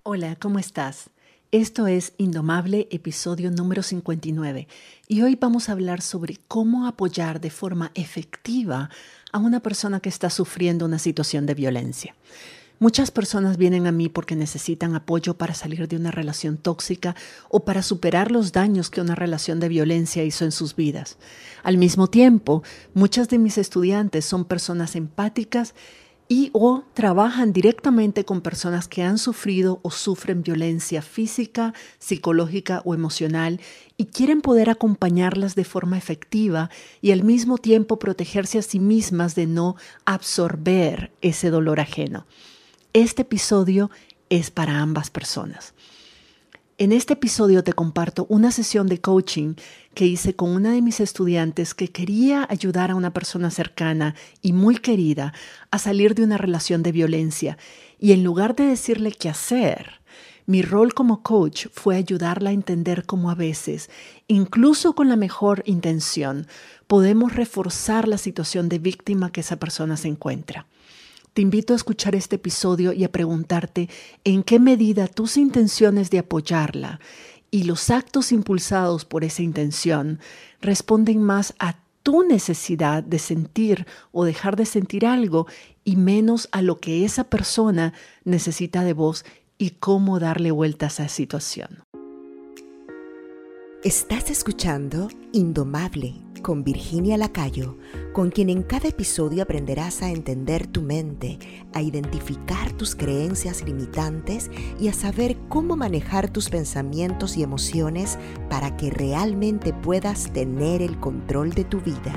Hola, ¿cómo estás? Esto es Indomable, episodio número 59, y hoy vamos a hablar sobre cómo apoyar de forma efectiva a una persona que está sufriendo una situación de violencia. Muchas personas vienen a mí porque necesitan apoyo para salir de una relación tóxica o para superar los daños que una relación de violencia hizo en sus vidas. Al mismo tiempo, muchas de mis estudiantes son personas empáticas y o trabajan directamente con personas que han sufrido o sufren violencia física, psicológica o emocional y quieren poder acompañarlas de forma efectiva y al mismo tiempo protegerse a sí mismas de no absorber ese dolor ajeno. Este episodio es para ambas personas. En este episodio te comparto una sesión de coaching que hice con una de mis estudiantes que quería ayudar a una persona cercana y muy querida a salir de una relación de violencia. Y en lugar de decirle qué hacer, mi rol como coach fue ayudarla a entender cómo a veces, incluso con la mejor intención, podemos reforzar la situación de víctima que esa persona se encuentra. Te invito a escuchar este episodio y a preguntarte en qué medida tus intenciones de apoyarla y los actos impulsados por esa intención responden más a tu necesidad de sentir o dejar de sentir algo y menos a lo que esa persona necesita de vos y cómo darle vueltas a esa situación. Estás escuchando Indomable con Virginia Lacayo, con quien en cada episodio aprenderás a entender tu mente, a identificar tus creencias limitantes y a saber cómo manejar tus pensamientos y emociones para que realmente puedas tener el control de tu vida.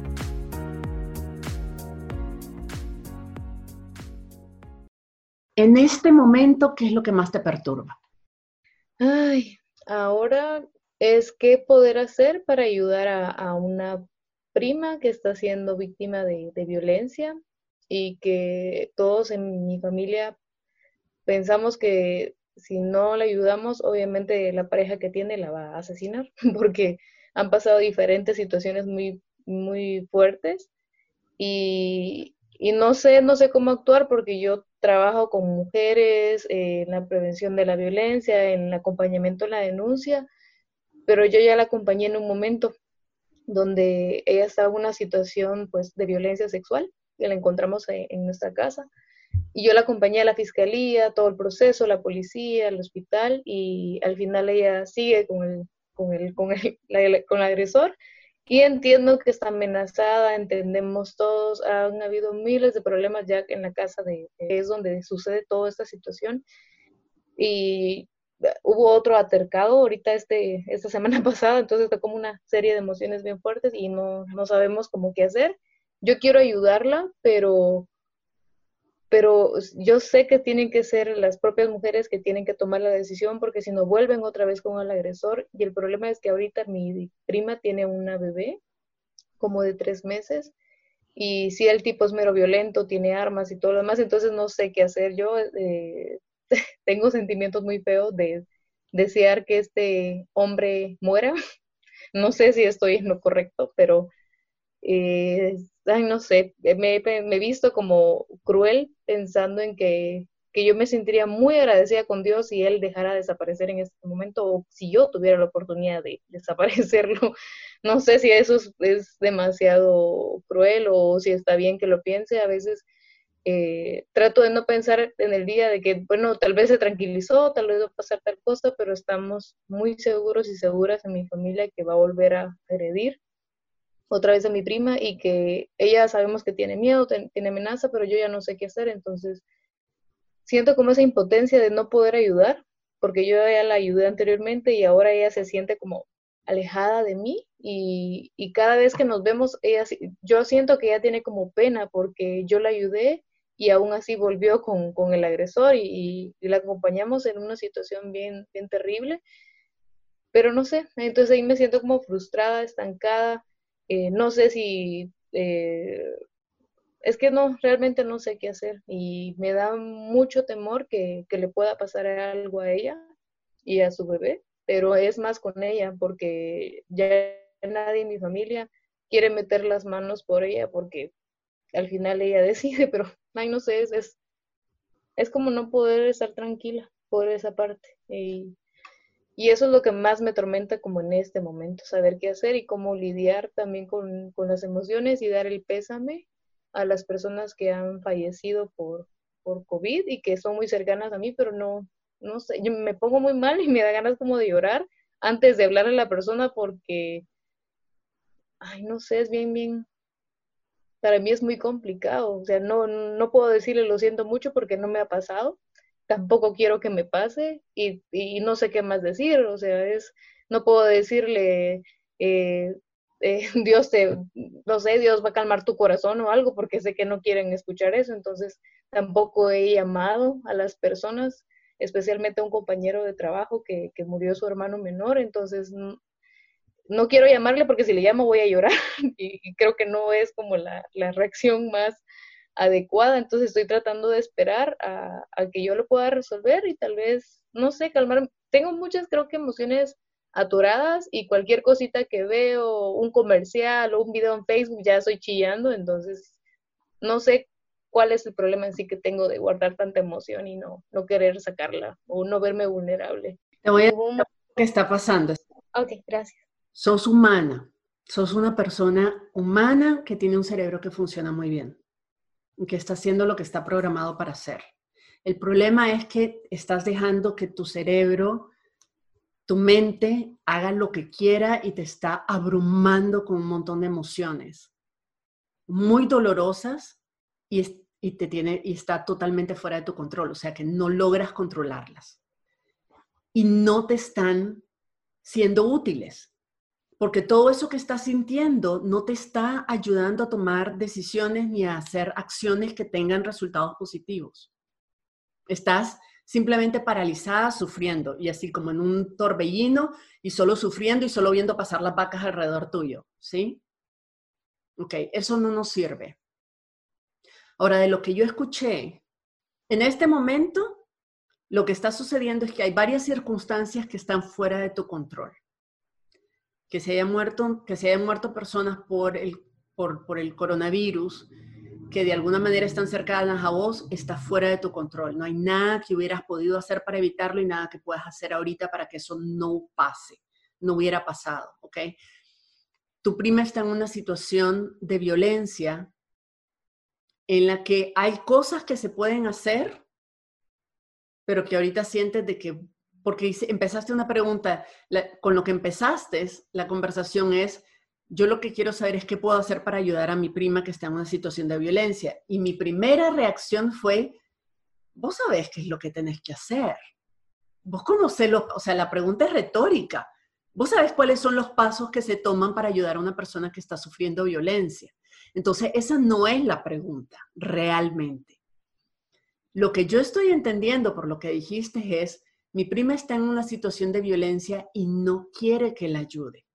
En este momento, ¿qué es lo que más te perturba? Ay, ahora es qué poder hacer para ayudar a una prima que está siendo víctima de violencia y que todos en mi familia pensamos que si no la ayudamos, obviamente la pareja que tiene la va a asesinar porque han pasado diferentes situaciones muy fuertes y no sé cómo actuar porque yo trabajo con mujeres en la prevención de la violencia, en el acompañamiento en la denuncia, pero yo ya la acompañé en un momento donde ella estaba en una situación pues de violencia sexual, que la encontramos en nuestra casa, y yo la acompañé a la fiscalía, todo el proceso, la policía, el hospital, y al final ella sigue con el agresor, y entiendo que está amenazada, entendemos todos, han habido miles de problemas ya en la casa es donde sucede toda esta situación, y hubo otro altercado ahorita esta semana pasada, entonces está como una serie de emociones bien fuertes y no sabemos cómo qué hacer. Yo quiero ayudarla, pero yo sé que tienen que ser las propias mujeres que tienen que tomar la decisión porque si no vuelven otra vez con el agresor y el problema es que ahorita mi prima tiene una bebé como de 3 meses y si el tipo es mero violento, tiene armas y todo lo demás, entonces no sé qué hacer. Yo tengo sentimientos muy feos de desear que este hombre muera. No sé si estoy en lo correcto, pero ay, no sé, me he visto como cruel pensando en que yo me sentiría muy agradecida con Dios si él dejara desaparecer en este momento o si yo tuviera la oportunidad de desaparecerlo. No sé si eso es demasiado cruel o si está bien que lo piense. A veces trato de no pensar en el día de que, bueno, tal vez se tranquilizó, tal vez va a pasar tal cosa, pero estamos muy seguros y seguras en mi familia que va a volver a heredir otra vez a mi prima y que ella sabemos que tiene miedo, tiene amenaza, pero yo ya no sé qué hacer, entonces siento como esa impotencia de no poder ayudar, porque yo ya la ayudé anteriormente y ahora ella se siente como alejada de mí y cada vez que nos vemos, yo siento que ella tiene como pena porque yo la ayudé y aún así volvió con el agresor y la acompañamos en una situación bien terrible, pero no sé, entonces ahí me siento como frustrada, estancada, no sé si, es que no, realmente no sé qué hacer y me da mucho temor que le pueda pasar algo a ella y a su bebé, pero es más con ella porque ya nadie en mi familia quiere meter las manos por ella porque al final ella decide, pero ay, no sé, es como no poder estar tranquila por esa parte. Y eso es lo que más me atormenta como en este momento, saber qué hacer y cómo lidiar también con las emociones y dar el pésame a las personas que han fallecido por COVID y que son muy cercanas a mí, pero no sé, yo me pongo muy mal y me da ganas como de llorar antes de hablarle a la persona porque, ay, no sé, es bien, para mí es muy complicado, o sea, no puedo decirle lo siento mucho porque no me ha pasado, tampoco quiero que me pase y no sé qué más decir, o sea, no puedo decirle, eh, Dios no sé, Dios va a calmar tu corazón o algo porque sé que no quieren escuchar eso, entonces tampoco he llamado a las personas, especialmente a un compañero de trabajo que murió su hermano menor, entonces no quiero llamarle porque si le llamo voy a llorar y creo que no es como la reacción más adecuada, entonces estoy tratando de esperar a que yo lo pueda resolver y tal vez, no sé, calmar. Tengo muchas, creo que emociones atoradas y cualquier cosita que veo, un comercial o un video en Facebook, ya estoy chillando, entonces no sé cuál es el problema en sí que tengo de guardar tanta emoción y no querer sacarla o no verme vulnerable. Te voy a Y decir hubo un... lo que está pasando. Ok, gracias. Sos humana, sos una persona humana que tiene un cerebro que funciona muy bien, que está haciendo lo que está programado para hacer. El problema es que estás dejando que tu cerebro, tu mente, haga lo que quiera y te está abrumando con un montón de emociones muy dolorosas y está totalmente fuera de tu control, o sea que no logras controlarlas y no te están siendo útiles. Porque todo eso que estás sintiendo no te está ayudando a tomar decisiones ni a hacer acciones que tengan resultados positivos. Estás simplemente paralizada, sufriendo, y así como en un torbellino, y solo sufriendo y solo viendo pasar las vacas alrededor tuyo, ¿sí? Ok, eso no nos sirve. Ahora, de lo que yo escuché, en este momento, lo que está sucediendo es que hay varias circunstancias que están fuera de tu control. Que se hayan muerto personas por el coronavirus, que de alguna manera están cercanas a vos, está fuera de tu control. No hay nada que hubieras podido hacer para evitarlo y nada que puedas hacer ahorita para que eso no pase, no hubiera pasado, ¿ok? Tu prima está en una situación de violencia en la que hay cosas que se pueden hacer, pero que ahorita sientes de que, porque empezaste una pregunta, con lo que empezaste, la conversación es, yo lo que quiero saber es qué puedo hacer para ayudar a mi prima que está en una situación de violencia. Y mi primera reacción fue, vos sabés qué es lo que tenés que hacer. Vos conocés o sea, la pregunta es retórica. Vos sabés cuáles son los pasos que se toman para ayudar a una persona que está sufriendo violencia. Entonces, esa no es la pregunta, realmente. Lo que yo estoy entendiendo por lo que dijiste es, mi prima está en una situación de violencia y no quiere que la ayude.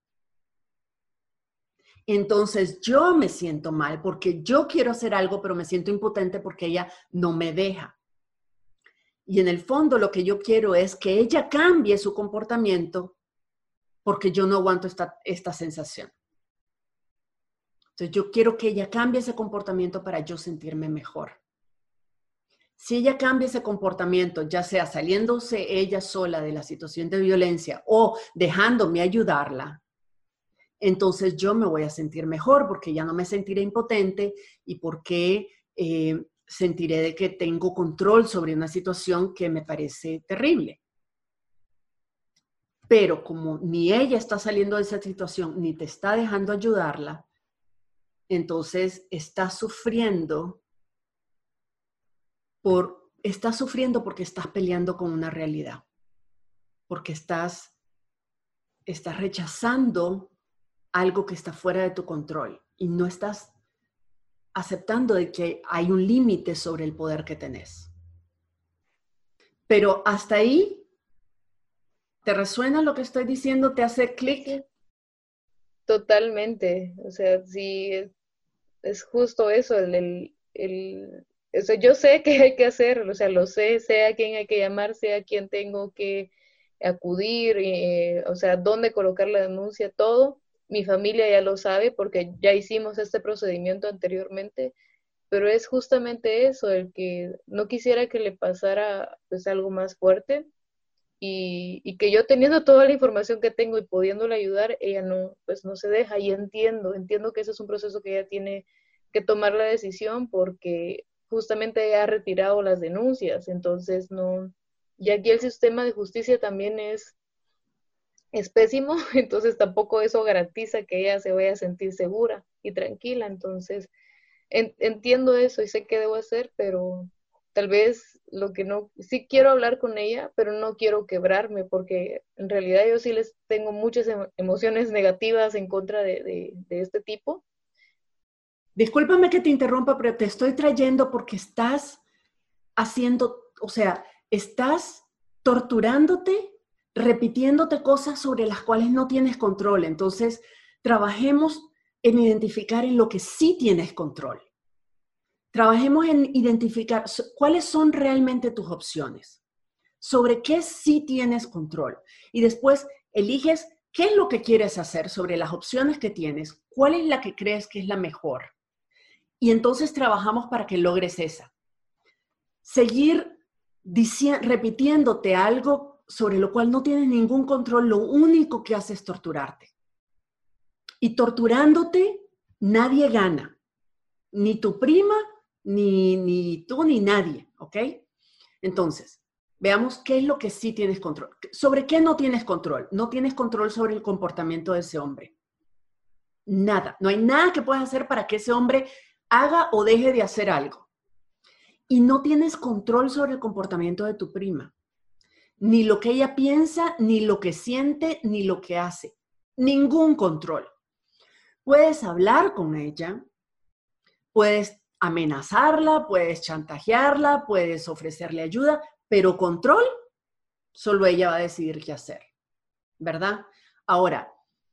Entonces yo me siento mal porque yo quiero hacer algo, pero me siento impotente porque ella no me deja. Y en el fondo lo que yo quiero es que ella cambie su comportamiento porque yo no aguanto esta sensación. Entonces yo quiero que ella cambie ese comportamiento para yo sentirme mejor. Si ella cambia ese comportamiento, ya sea saliéndose ella sola de la situación de violencia o dejándome ayudarla, entonces yo me voy a sentir mejor porque ya no me sentiré impotente y porque sentiré de que tengo control sobre una situación que me parece terrible. Pero como ni ella está saliendo de esa situación, ni te está dejando ayudarla, entonces está sufriendo porque estás peleando con una realidad, porque estás rechazando algo que está fuera de tu control y no estás aceptando de que hay un límite sobre el poder que tenés. Pero hasta ahí, ¿te resuena lo que estoy diciendo? ¿Te hace clic? Sí, totalmente. O sea, sí, es justo eso, o sea, yo sé qué hay que hacer, o sea, lo sé a quién hay que llamar, sé a quién tengo que acudir, o sea, dónde colocar la denuncia, todo. Mi familia ya lo sabe porque ya hicimos este procedimiento anteriormente, pero es justamente eso, el que no quisiera que le pasara pues algo más fuerte y que yo teniendo toda la información que tengo y pudiéndola ayudar, ella no, pues no se deja y entiendo que ese es un proceso que ella tiene que tomar la decisión porque justamente ella ha retirado las denuncias, entonces no, y aquí el sistema de justicia también es pésimo, entonces tampoco eso garantiza que ella se vaya a sentir segura y tranquila, entonces entiendo eso y sé qué debo hacer, pero tal vez lo que no, sí quiero hablar con ella, pero no quiero quebrarme porque en realidad yo sí les tengo muchas emociones negativas en contra de este tipo. Discúlpame que te interrumpa, pero te estoy trayendo porque estás haciendo, o sea, estás torturándote, repitiéndote cosas sobre las cuales no tienes control. Entonces, trabajemos en identificar en lo que sí tienes control. Trabajemos en identificar cuáles son realmente tus opciones, sobre qué sí tienes control. Y después eliges qué es lo que quieres hacer sobre las opciones que tienes, cuál es la que crees que es la mejor. Y entonces trabajamos para que logres esa. Seguir repitiéndote algo sobre lo cual no tienes ningún control, lo único que hace es torturarte. Y torturándote, nadie gana. Ni tu prima, ni tú, ni nadie, ¿ok? Entonces, veamos qué es lo que sí tienes control. ¿Sobre qué no tienes control? No tienes control sobre el comportamiento de ese hombre. Nada. No hay nada que puedas hacer para que ese hombre haga o deje de hacer algo. Y no tienes control sobre el comportamiento de tu prima. Ni lo que ella piensa, ni lo que siente, ni lo que hace. Ningún control. Puedes hablar con ella, puedes amenazarla, puedes chantajearla, puedes ofrecerle ayuda, pero control, solo ella va a decidir qué hacer, ¿verdad? Ahora,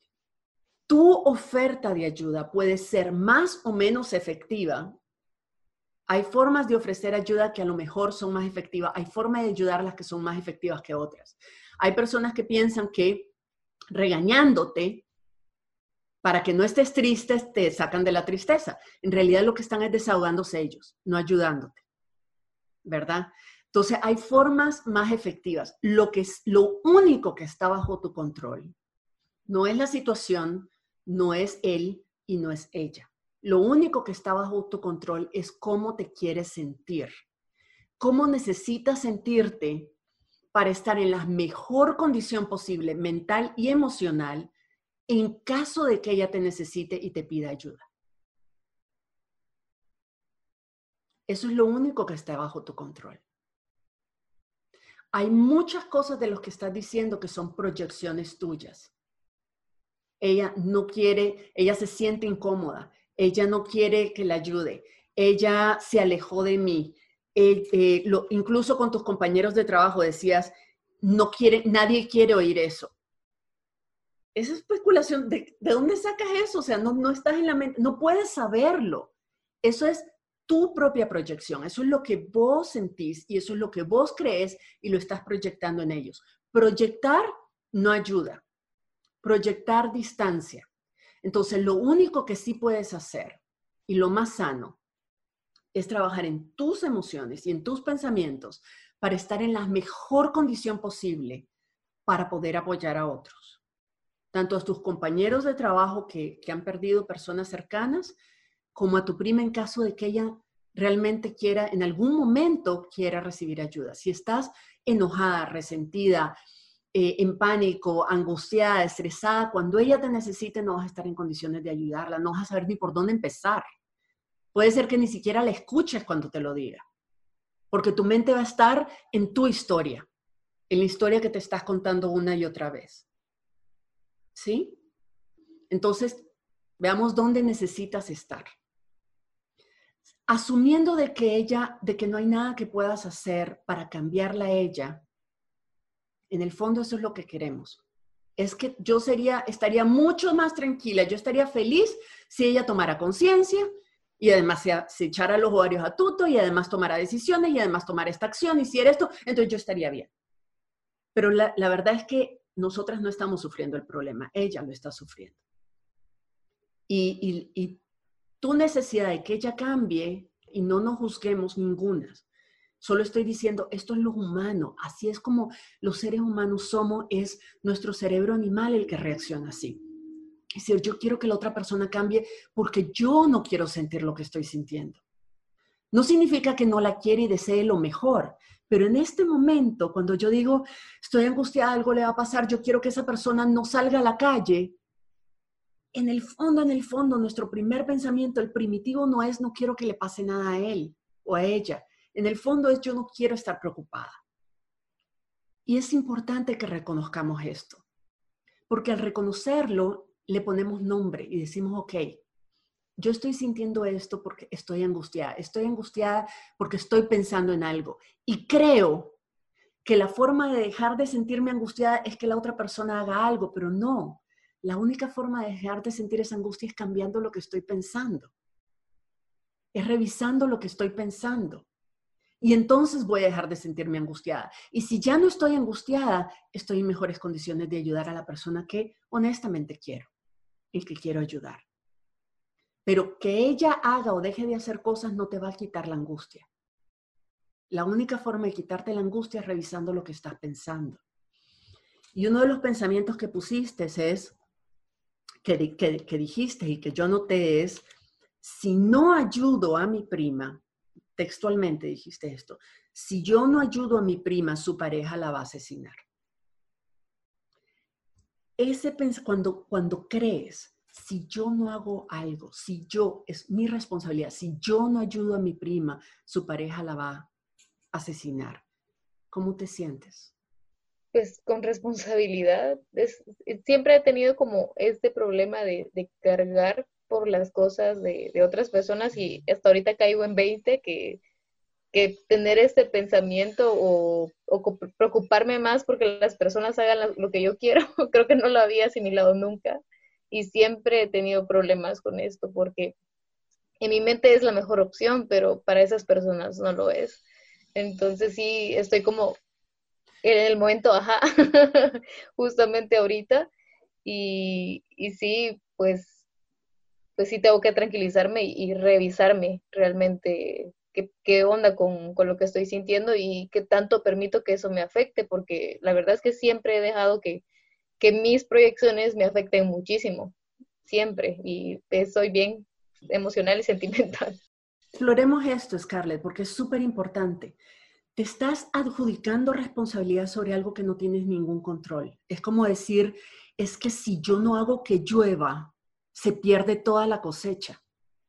tu oferta de ayuda puede ser más o menos efectiva. Hay formas de ofrecer ayuda que a lo mejor son más efectivas. Hay formas de ayudarlas que son más efectivas que otras. Hay personas que piensan que regañándote para que no estés triste, te sacan de la tristeza. En realidad lo que están es desahogándose ellos, no ayudándote, ¿verdad? Entonces hay formas más efectivas. Lo único que está bajo tu control no es la situación, no es él y no es ella. Lo único que está bajo tu control es cómo te quieres sentir, cómo necesitas sentirte para estar en la mejor condición posible, mental y emocional, en caso de que ella te necesite y te pida ayuda. Eso es lo único que está bajo tu control. Hay muchas cosas de lo que estás diciendo que son proyecciones tuyas. Ella no quiere, ella se siente incómoda, ella no quiere que la ayude, ella se alejó de mí. Incluso con tus compañeros de trabajo decías, nadie quiere oír eso. Esa especulación, ¿de dónde sacas eso? O sea, no estás en la mente, no puedes saberlo. Eso es tu propia proyección, eso es lo que vos sentís y eso es lo que vos crees y lo estás proyectando en ellos. Proyectar no ayuda. Proyectar distancia. Entonces, lo único que sí puedes hacer y lo más sano es trabajar en tus emociones y en tus pensamientos para estar en la mejor condición posible para poder apoyar a otros. Tanto a tus compañeros de trabajo que han perdido personas cercanas, como a tu prima en caso de que ella realmente quiera, en algún momento quiera recibir ayuda. Si estás enojada, resentida, en pánico, angustiada, estresada, cuando ella te necesite no vas a estar en condiciones de ayudarla, no vas a saber ni por dónde empezar. Puede ser que ni siquiera la escuches cuando te lo diga, porque tu mente va a estar en tu historia, en la historia que te estás contando una y otra vez. ¿Sí? Entonces, veamos dónde necesitas estar. Asumiendo de que no hay nada que puedas hacer para cambiarla a ella, en el fondo eso es lo que queremos. Es que yo estaría mucho más tranquila, yo estaría feliz si ella tomara conciencia y además se echara los ovarios a tuto y además tomara decisiones y además tomara esta acción y hiciera esto, entonces yo estaría bien. Pero la verdad es que nosotras no estamos sufriendo el problema, ella lo está sufriendo. Y tu necesidad de que ella cambie Y no nos juzguemos ninguna. Solo estoy diciendo, esto es lo humano. Así es como los seres humanos somos, es nuestro cerebro animal el que reacciona así. Es decir, yo quiero que la otra persona cambie porque yo no quiero sentir lo que estoy sintiendo. No significa que no la quiere y desee lo mejor, pero en este momento, cuando yo digo, estoy angustiada, algo le va a pasar, yo quiero que esa persona no salga a la calle, en el fondo, nuestro primer pensamiento, el primitivo no es no quiero que le pase nada a él o a ella. En el fondo es yo no quiero estar preocupada. Y es importante que reconozcamos esto, porque al reconocerlo le ponemos nombre y decimos, ok, yo estoy sintiendo esto porque estoy angustiada porque estoy pensando en algo. Y creo que la forma de dejar de sentirme angustiada es que la otra persona haga algo, pero no. La única forma de dejar de sentir esa angustia es cambiando lo que estoy pensando. Es revisando lo que estoy pensando. Y entonces voy a dejar de sentirme angustiada. Y si ya no estoy angustiada, estoy en mejores condiciones de ayudar a la persona que honestamente quiero y que quiero ayudar. Pero que ella haga o deje de hacer cosas no te va a quitar la angustia. La única forma de quitarte la angustia es revisando lo que estás pensando. Y uno de los pensamientos que pusiste es, que dijiste y que yo noté es, si no ayudo a mi prima, textualmente dijiste esto, si yo no ayudo a mi prima, su pareja la va a asesinar. Cuando crees, si yo no hago algo, es mi responsabilidad, si yo no ayudo a mi prima, su pareja la va a asesinar. ¿Cómo te sientes? Pues con responsabilidad. Siempre he tenido como este problema de cargar por las cosas de otras personas y hasta ahorita caigo en 20 que tener este pensamiento o preocuparme más porque las personas hagan lo que yo quiero, creo que no lo había asimilado nunca y siempre he tenido problemas con esto porque en mi mente es la mejor opción, pero para esas personas no lo es. Entonces sí, estoy como en el momento, ajá, justamente ahorita y sí, pues sí tengo que tranquilizarme y revisarme realmente qué onda con lo que estoy sintiendo y qué tanto permito que eso me afecte, porque la verdad es que siempre he dejado que mis proyecciones me afecten muchísimo, siempre, y soy bien emocional y sentimental. Exploremos esto, Scarlett, porque es súper importante. Te estás adjudicando responsabilidad sobre algo que no tienes ningún control. Es como decir, es que si yo no hago que llueva, se pierde toda la cosecha.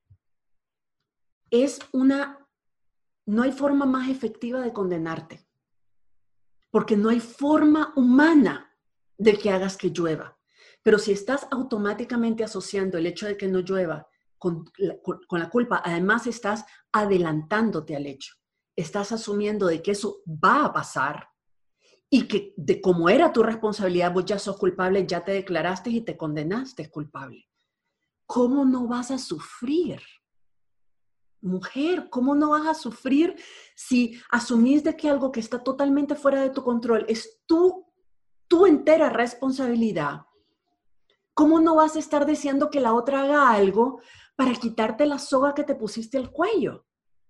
No hay forma más efectiva de condenarte, porque no hay forma humana de que hagas que llueva. Pero si estás automáticamente asociando el hecho de que no llueva con la culpa, además estás adelantándote al hecho. Estás asumiendo de que eso va a pasar y que de cómo era tu responsabilidad, vos ya sos culpable, ya te declaraste y te condenaste culpable. ¿Cómo no vas a sufrir? Mujer, ¿cómo no vas a sufrir si asumís de que algo que está totalmente fuera de tu control es tu entera responsabilidad? ¿Cómo no vas a estar deseando que la otra haga algo para quitarte la soga que te pusiste al cuello?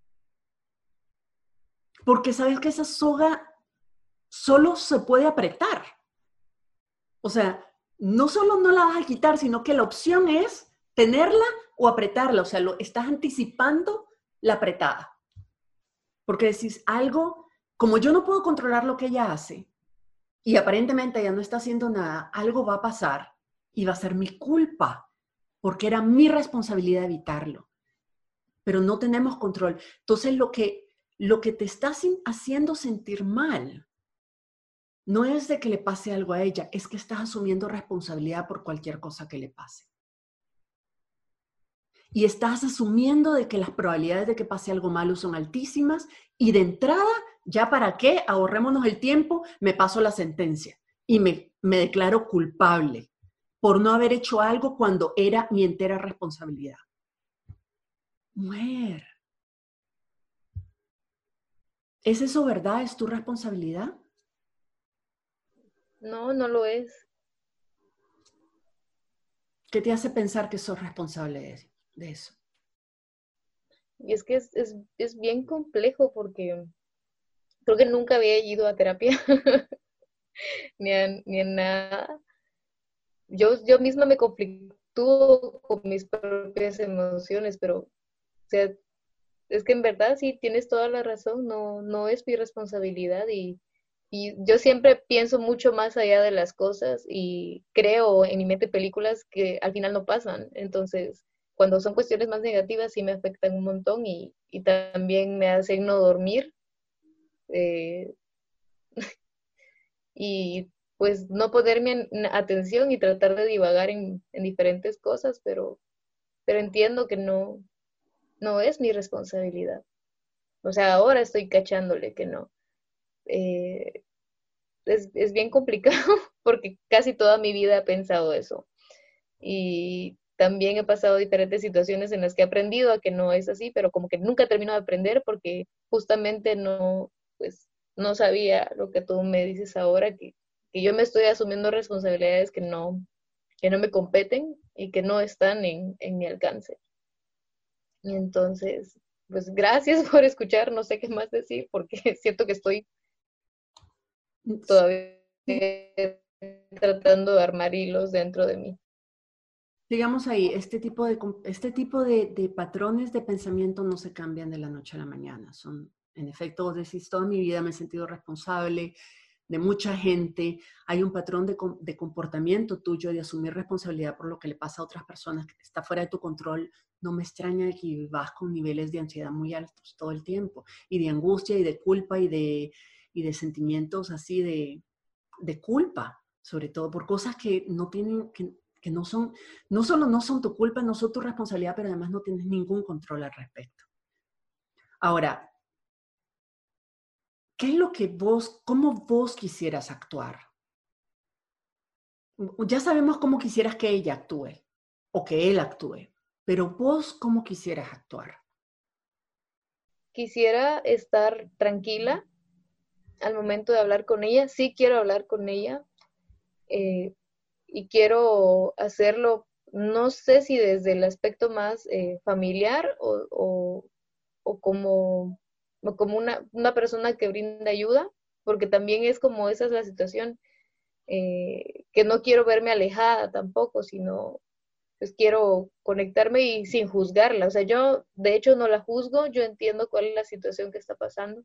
Porque sabes que esa soga solo se puede apretar. O sea, no solo no la vas a quitar, sino que la opción es tenerla o apretarla. O sea, estás anticipando la apretada. Porque decís algo, como yo no puedo controlar lo que ella hace y aparentemente ella no está haciendo nada, algo va a pasar y va a ser mi culpa, porque era mi responsabilidad evitarlo. Pero no tenemos control. Entonces, lo que te está haciendo sentir mal no es de que le pase algo a ella, es que estás asumiendo responsabilidad por cualquier cosa que le pase. Y estás asumiendo de que las probabilidades de que pase algo malo son altísimas y de entrada, ya para qué, ahorrémonos el tiempo, me paso la sentencia y me declaro culpable por no haber hecho algo cuando era mi entera responsabilidad. Mujer, ¿es eso verdad? ¿Es tu responsabilidad? No, no lo es. ¿Qué te hace pensar que sos responsable de eso? Y es que es bien complejo porque creo que nunca había ido a terapia ni a nada. Yo misma me conflictúo con mis propias emociones, pero o sea, es que en verdad sí tienes toda la razón, no es mi responsabilidad y yo siempre pienso mucho más allá de las cosas y creo en mi mente películas que al final no pasan. Entonces, cuando son cuestiones más negativas sí me afectan un montón y también me hacen no dormir eh, y pues no ponerme en atención y tratar de divagar en diferentes cosas, pero entiendo que no es mi responsabilidad. O sea, ahora estoy cachándole que no. Eh, es bien complicado porque casi toda mi vida he pensado eso. Y también he pasado diferentes situaciones en las que he aprendido a que no es así, pero como que nunca termino de aprender porque justamente no, pues, no sabía lo que tú me dices ahora, que yo me estoy asumiendo responsabilidades que no me competen y que no están en mi alcance. Y entonces, pues gracias por escuchar, no sé qué más decir porque siento que estoy todavía tratando de armar hilos dentro de mí. Digamos ahí, este tipo de patrones de pensamiento no se cambian de la noche a la mañana. Son, en efecto, vos decís, toda mi vida me he sentido responsable de mucha gente. Hay un patrón de comportamiento tuyo, de asumir responsabilidad por lo que le pasa a otras personas que está fuera de tu control. No me extraña que vas con niveles de ansiedad muy altos todo el tiempo, y de angustia, y de culpa, y de sentimientos así de culpa, sobre todo por cosas que no tienen, que no son, no solo no son tu culpa, no son tu responsabilidad, pero además no tienes ningún control al respecto. Ahora, ¿qué es lo que cómo vos quisieras actuar? Ya sabemos cómo quisieras que ella actúe o que él actúe, pero vos cómo quisieras actuar. Quisiera estar tranquila al momento de hablar con ella. Sí quiero hablar con ella eh, y quiero hacerlo, no sé si desde el aspecto más familiar o como una persona que brinda ayuda, porque también es como esa es la situación, que no quiero verme alejada tampoco, sino pues quiero conectarme y sin juzgarla. O sea, yo de hecho no la juzgo, yo entiendo cuál es la situación que está pasando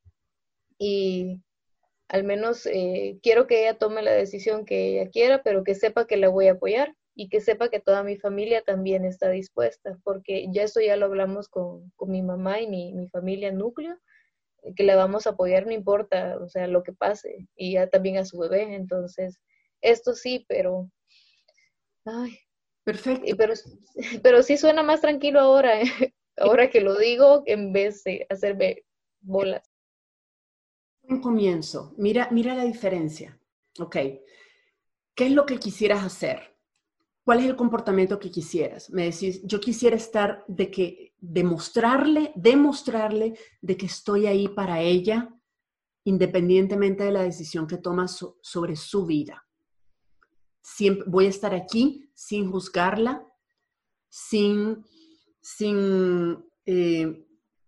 y al menos quiero que ella tome la decisión que ella quiera, pero que sepa que la voy a apoyar y que sepa que toda mi familia también está dispuesta, porque ya eso ya lo hablamos con mi mamá y mi familia núcleo, que la vamos a apoyar no importa, o sea, lo que pase, y ya también a su bebé, entonces, esto sí, ay, Perfecto. pero sí suena más tranquilo ahora, ahora que lo digo, en vez de hacerme bolas. Un comienzo. Mira la diferencia. Ok. ¿Qué es lo que quisieras hacer? ¿Cuál es el comportamiento que quisieras? Me decís, yo quisiera estar demostrarle de que estoy ahí para ella, independientemente de la decisión que toma sobre su vida. Siempre voy a estar aquí sin juzgarla, sin, sin, eh,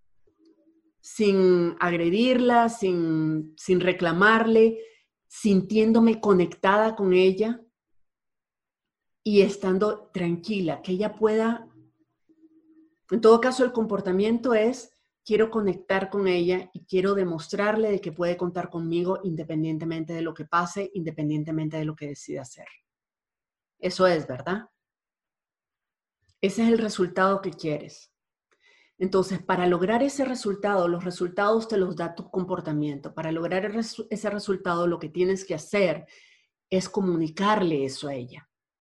sin agredirla, sin reclamarle, sintiéndome conectada con ella y estando tranquila, que ella pueda. En todo caso, el comportamiento es, quiero conectar con ella y quiero demostrarle de que puede contar conmigo independientemente de lo que pase, independientemente de lo que decida hacer. Eso es, ¿verdad? Ese es el resultado que quieres. Entonces, para lograr ese resultado, los resultados te los da tu comportamiento. Para lograr ese resultado, lo que tienes que hacer es comunicarle eso a ella.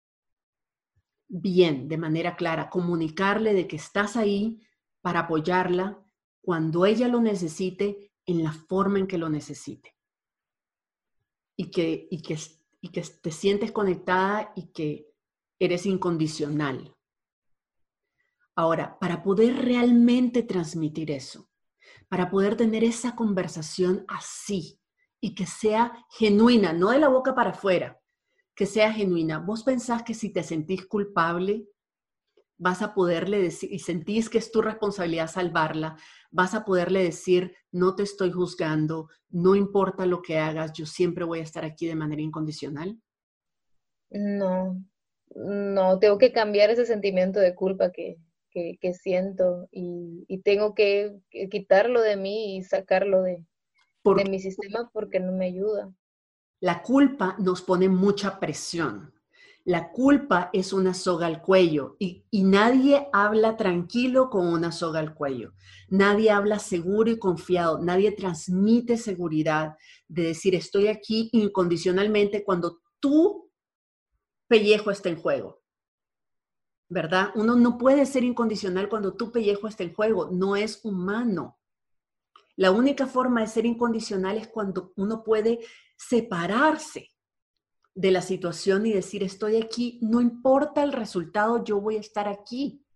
Bien, de manera clara, comunicarle de que estás ahí para apoyarla cuando ella lo necesite, en la forma en que lo necesite. Y que te sientes conectada y que eres incondicional. Ahora, para poder realmente transmitir eso, para poder tener esa conversación así y que sea genuina, no de la boca para afuera, que sea genuina. ¿Vos pensás que si te sentís culpable vas a poderle decir, y sentís que es tu responsabilidad salvarla, vas a poderle decir, no te estoy juzgando, no importa lo que hagas, yo siempre voy a estar aquí de manera incondicional. No, no, tengo que cambiar ese sentimiento de culpa que siento y tengo que quitarlo de mí y sacarlo de Porque mi sistema porque no me ayuda. la culpa nos pone mucha presión. La culpa es una soga al cuello y nadie habla tranquilo con una soga al cuello. Nadie habla seguro y confiado. Nadie transmite seguridad de decir estoy aquí incondicionalmente cuando tu pellejo está en juego, ¿verdad? Uno no puede ser incondicional cuando tu pellejo está en juego. No es humano. La única forma de ser incondicional es cuando uno puede separarse de la situación y decir, estoy aquí, no importa el resultado, yo voy a estar aquí.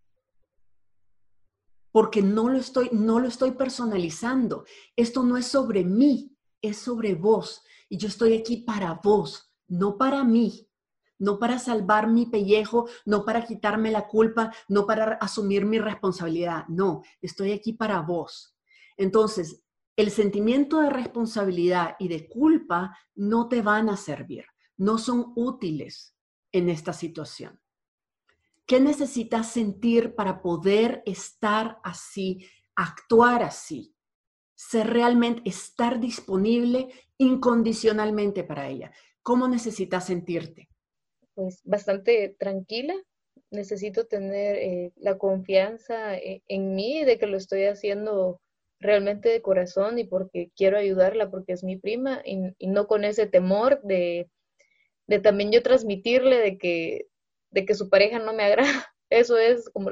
Porque no lo estoy personalizando. Esto no es sobre mí, es sobre vos. Y yo estoy aquí para vos, no para mí. No para salvar mi pellejo, no para quitarme la culpa, no para asumir mi responsabilidad. No, estoy aquí para vos. Entonces, el sentimiento de responsabilidad y de culpa no te van a servir, no son útiles en esta situación. ¿Qué necesitas sentir para poder estar así, actuar así? Ser realmente, estar disponible incondicionalmente para ella. ¿Cómo necesitas sentirte? Pues bastante tranquila. Necesito tener la confianza en mí de que lo estoy haciendo realmente de corazón y porque quiero ayudarla, porque es mi prima y no con ese temor de también yo transmitirle de que su pareja no me agrada. Eso es como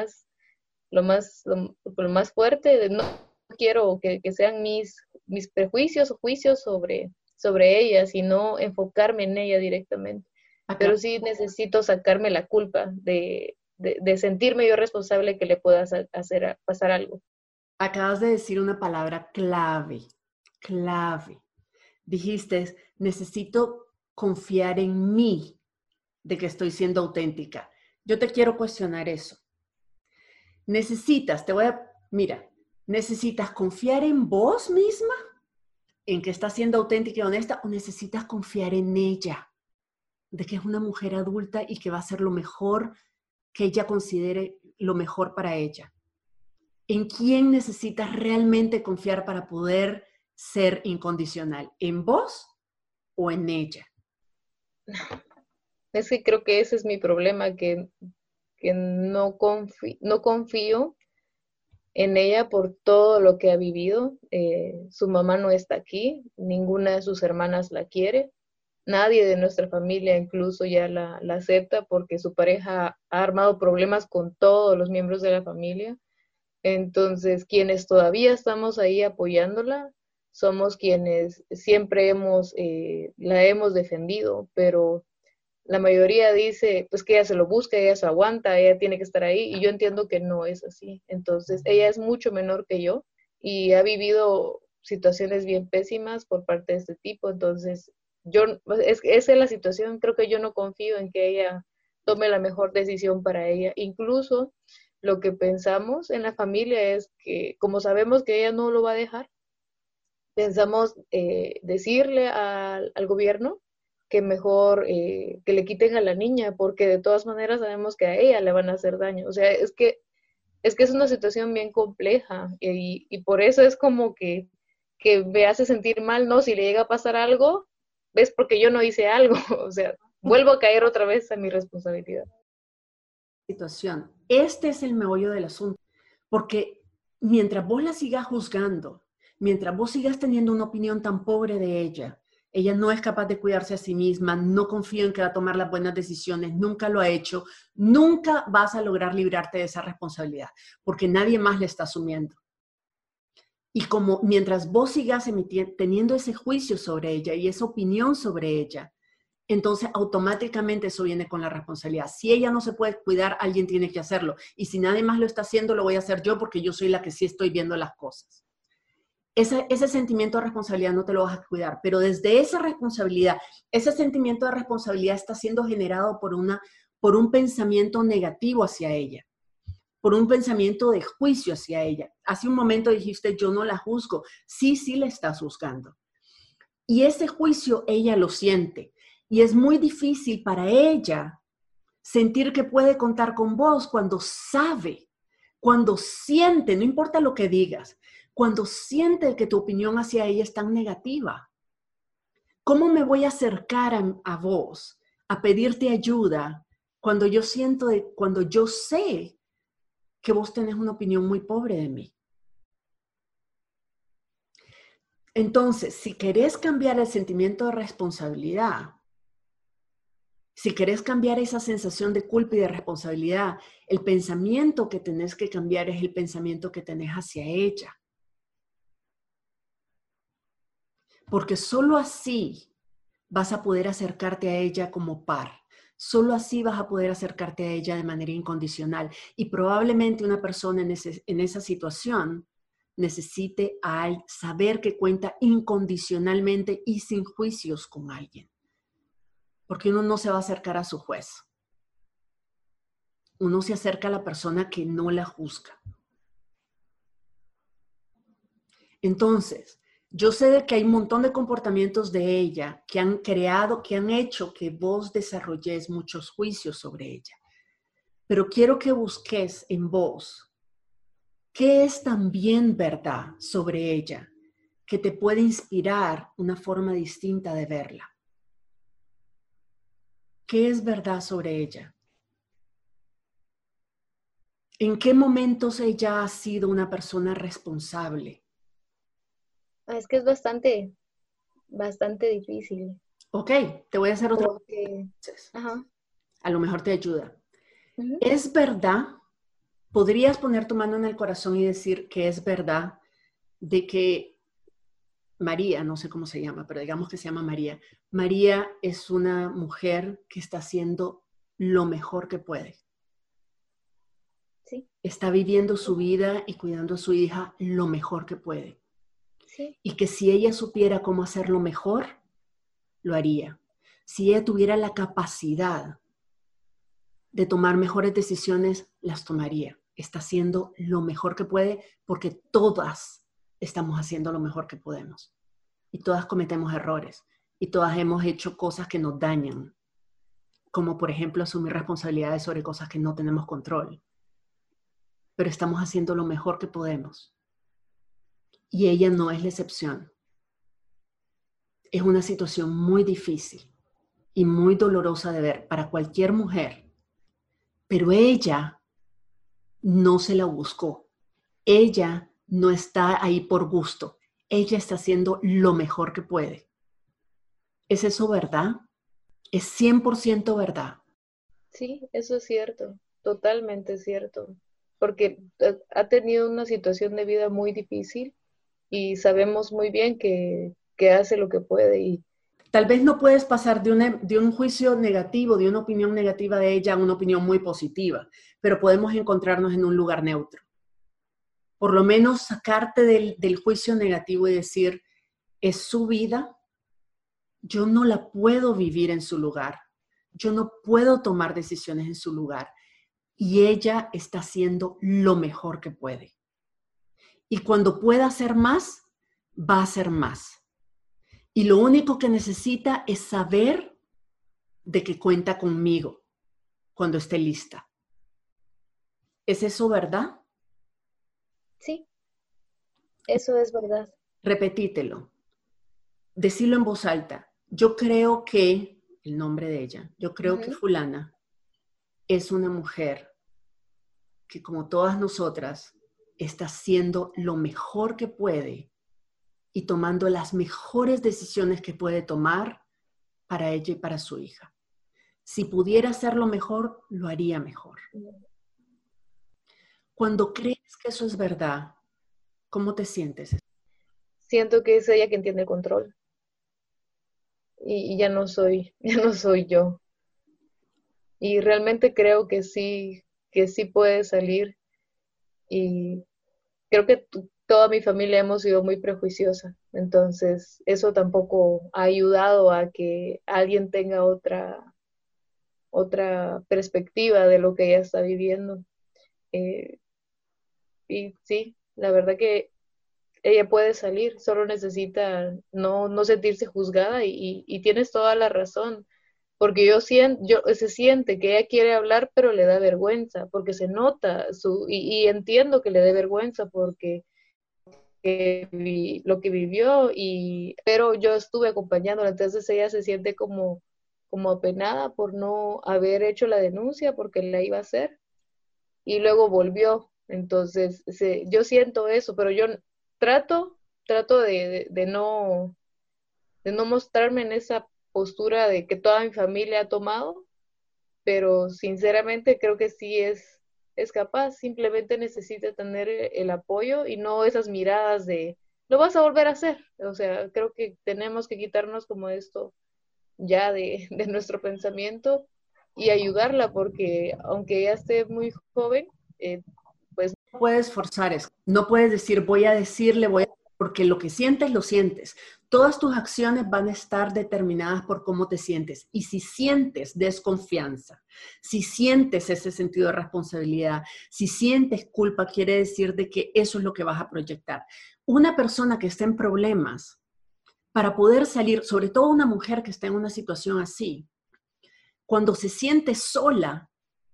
lo más fuerte. No quiero que sean mis prejuicios o juicios sobre ella, sino enfocarme en ella directamente. Acá, Pero sí necesito sacarme la culpa de sentirme yo responsable que le pueda hacer pasar algo. acabas de decir una palabra clave, clave. Dijiste, necesito confiar en mí de que estoy siendo auténtica. Yo te quiero cuestionar eso. Mira, necesitas confiar en vos misma, en que estás siendo auténtica y honesta, o necesitas confiar en ella, de que es una mujer adulta y que va a hacer lo mejor que ella considere lo mejor para ella. ¿En quién necesitas realmente confiar para poder ser incondicional? ¿En vos o en ella? Es que creo que ese es mi problema, que no confío en ella por todo lo que ha vivido. Su mamá no está aquí, ninguna de sus hermanas la quiere, nadie de nuestra familia incluso ya la acepta porque su pareja ha armado problemas con todos los miembros de la familia. Entonces, quienes todavía estamos ahí apoyándola, somos quienes siempre la hemos defendido, pero la mayoría dice, pues que ella se lo busca, ella se aguanta, ella tiene que estar ahí, y yo entiendo que no es así. Entonces, ella es mucho menor que yo y ha vivido situaciones bien pésimas por parte de este tipo, entonces, esa es la situación, creo que yo no confío en que ella tome la mejor decisión para ella. Incluso lo que pensamos en la familia es que, como sabemos que ella no lo va a dejar, pensamos decirle al gobierno que mejor que le quiten a la niña, porque de todas maneras sabemos que a ella le van a hacer daño. O sea, es que es una situación bien compleja y por eso es como que me hace sentir mal, ¿no? Si le llega a pasar algo, ves porque yo no hice algo. O sea, vuelvo a caer otra vez a mi responsabilidad. Situación. Este es el meollo del asunto, porque mientras vos la sigas juzgando, mientras vos sigas teniendo una opinión tan pobre de ella no es capaz de cuidarse a sí misma, no confío en que va a tomar las buenas decisiones, nunca lo ha hecho, nunca vas a lograr librarte de esa responsabilidad, porque nadie más la está asumiendo. Y como mientras vos sigas teniendo ese juicio sobre ella y esa opinión sobre ella, entonces automáticamente eso viene con la responsabilidad. Si ella no se puede cuidar, alguien tiene que hacerlo. Y si nadie más lo está haciendo, lo voy a hacer yo porque yo soy la que sí estoy viendo las cosas. Ese sentimiento de responsabilidad no te lo vas a cuidar, pero desde esa responsabilidad, ese sentimiento de responsabilidad está siendo generado por por un pensamiento negativo hacia ella, por un pensamiento de juicio hacia ella. Hace un momento dijiste, yo no la juzgo. Sí, sí la estás juzgando. Y ese juicio ella lo siente. Y es muy difícil para ella sentir que puede contar con vos cuando sabe, cuando siente, no importa lo que digas, cuando siente que tu opinión hacia ella es tan negativa. ¿Cómo me voy a acercar a vos a pedirte ayuda cuando yo cuando yo sé que vos tenés una opinión muy pobre de mí? Entonces, si querés cambiar el sentimiento de responsabilidad, si querés cambiar esa sensación de culpa y de responsabilidad, el pensamiento que tenés que cambiar es el pensamiento que tenés hacia ella. Porque solo así vas a poder acercarte a ella como par. Solo así vas a poder acercarte a ella de manera incondicional. Y probablemente una persona en esa situación necesite saber que cuenta incondicionalmente y sin juicios con alguien. Porque uno no se va a acercar a su juez. Uno se acerca a la persona que no la juzga. Entonces, yo sé de que hay un montón de comportamientos de ella que han hecho que vos desarrolles muchos juicios sobre ella. Pero quiero que busques en vos qué es también verdad sobre ella que te puede inspirar una forma distinta de verla. ¿Qué es verdad sobre ella? ¿En qué momentos ella ha sido una persona responsable? Es que es bastante difícil. Ok, te voy a hacer otra Porque, pregunta. ajá. A lo mejor te ayuda. Uh-huh. ¿Es verdad? ¿Podrías poner tu mano en el corazón y decir que es verdad de que María, no sé cómo se llama, pero digamos que se llama María. María es una mujer que está haciendo lo mejor que puede. Sí. Está viviendo su vida y cuidando a su hija lo mejor que puede. Sí. Y que si ella supiera cómo hacerlo mejor, lo haría. Si ella tuviera la capacidad de tomar mejores decisiones, las tomaría. Está haciendo lo mejor que puede porque todas estamos haciendo lo mejor que podemos. Y todas cometemos errores. Y todas hemos hecho cosas que nos dañan. Como por ejemplo asumir responsabilidades sobre cosas que no tenemos control. Pero estamos haciendo lo mejor que podemos. Y ella no es la excepción. Es una situación muy difícil y muy dolorosa de ver para cualquier mujer. Pero ella no se la buscó. Ella no está ahí por gusto. Ella está haciendo lo mejor que puede. ¿Es eso verdad? Es 100% verdad. Sí, eso es cierto, totalmente cierto, porque ha tenido una situación de vida muy difícil y sabemos muy bien que hace lo que puede y Tal vez no puedes pasar de un juicio negativo, de una opinión negativa de ella a una opinión muy positiva, pero podemos encontrarnos en un lugar neutro. Por lo menos sacarte del juicio negativo y decir, es su vida, yo no la puedo vivir en su lugar, yo no puedo tomar decisiones en su lugar y ella está haciendo lo mejor que puede. Y cuando pueda hacer más, va a hacer más. Y lo único que necesita es saber de que cuenta conmigo cuando esté lista. ¿Es eso verdad? sí, eso es verdad. Repetítelo. Decilo en voz alta. Yo creo que, el nombre de ella, yo creo que Ujú. fulana es una mujer que como todas nosotras está haciendo lo mejor que puede y tomando las mejores decisiones que puede tomar para ella y para su hija. Si pudiera hacerlo mejor, lo haría mejor. Cuando crees que eso es verdad, ¿cómo te sientes? Siento que es ella quien tiene el control y ya no soy, ya no soy yo. Y realmente creo que sí puede salir y creo que toda mi familia hemos sido muy prejuiciosa, entonces eso tampoco ha ayudado a que alguien tenga otra perspectiva de lo que ella está viviendo. Y sí, la verdad que ella puede salir, solo necesita no sentirse juzgada y tienes toda la razón, porque se siente que ella quiere hablar, pero le da vergüenza, porque se nota y entiendo que le dé vergüenza porque lo que vivió, pero yo estuve acompañándola, entonces ella se siente como apenada por no haber hecho la denuncia porque la iba a hacer y luego volvió. Entonces, yo siento eso, pero yo trato, trato de no mostrarme en esa postura de que toda mi familia ha tomado, pero sinceramente creo que sí es capaz, simplemente necesita tener el apoyo y no esas miradas de, lo vas a volver a hacer. O sea, creo que tenemos que quitarnos como esto ya de nuestro pensamiento y ayudarla, porque aunque ella esté muy joven, pues No puedes forzar eso. No puedes decir, porque lo que sientes, lo sientes. Todas tus acciones van a estar determinadas por cómo te sientes. Y si sientes desconfianza, si sientes ese sentido de responsabilidad, si sientes culpa, quiere decir de que eso es lo que vas a proyectar. Una persona que está en problemas, para poder salir, sobre todo una mujer que está en una situación así, cuando se siente sola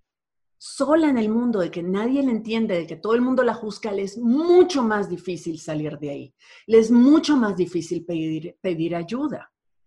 en el mundo, de que nadie le entiende, de que todo el mundo la juzga, le es mucho más difícil salir de ahí. Le es mucho más difícil pedir ayuda.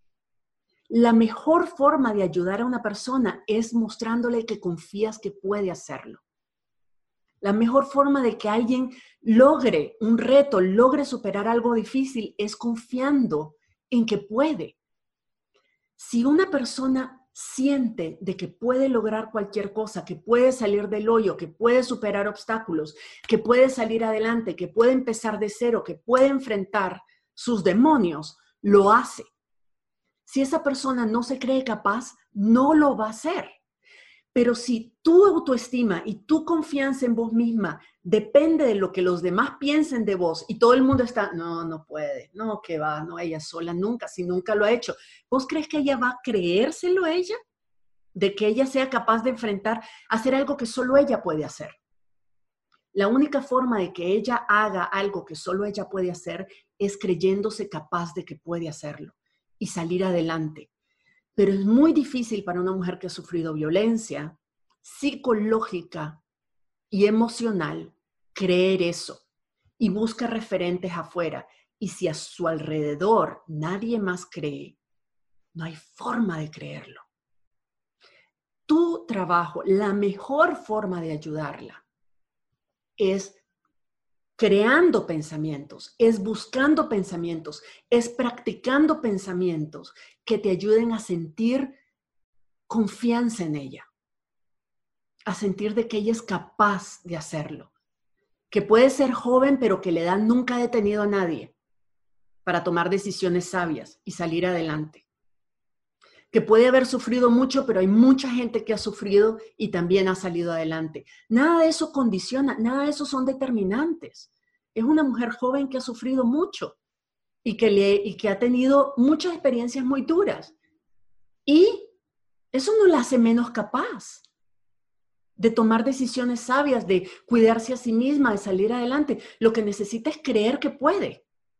La mejor forma de ayudar a una persona es mostrándole que confías que puede hacerlo. La mejor forma de que alguien logre un reto, logre superar algo difícil, es confiando en que puede. Si una persona siente de que puede lograr cualquier cosa, que puede salir del hoyo, que puede superar obstáculos, que puede salir adelante, que puede empezar de cero, que puede enfrentar sus demonios, lo hace. Si esa persona no se cree capaz, no lo va a hacer. Pero si tu autoestima y tu confianza en vos misma depende de lo que los demás piensen de vos y todo el mundo está, no puede, no, que va, no, ella sola nunca, si nunca lo ha hecho. ¿Vos crees que ella va a creérselo a ella? De que ella sea capaz de enfrentar, hacer algo que solo ella puede hacer. La única forma de que ella haga algo que solo ella puede hacer es creyéndose capaz de que puede hacerlo y salir adelante. Pero es muy difícil para una mujer que ha sufrido violencia psicológica y emocional creer eso y busca referentes afuera. Y si a su alrededor nadie más cree, no hay forma de creerlo. Tu trabajo, la mejor forma de ayudarla es creando pensamientos, es buscando pensamientos, es practicando pensamientos que te ayuden a sentir confianza en ella, a sentir de que ella es capaz de hacerlo, que puede ser joven pero que la edad nunca ha detenido a nadie para tomar decisiones sabias y salir adelante, que puede haber sufrido mucho pero hay mucha gente que ha sufrido y también ha salido adelante. Nada de eso condiciona, nada de eso son determinantes. Es una mujer joven que ha sufrido mucho y que ha tenido muchas experiencias muy duras. Y eso no la hace menos capaz de tomar decisiones sabias, de cuidarse a sí misma, de salir adelante. Lo que necesita es creer que puede.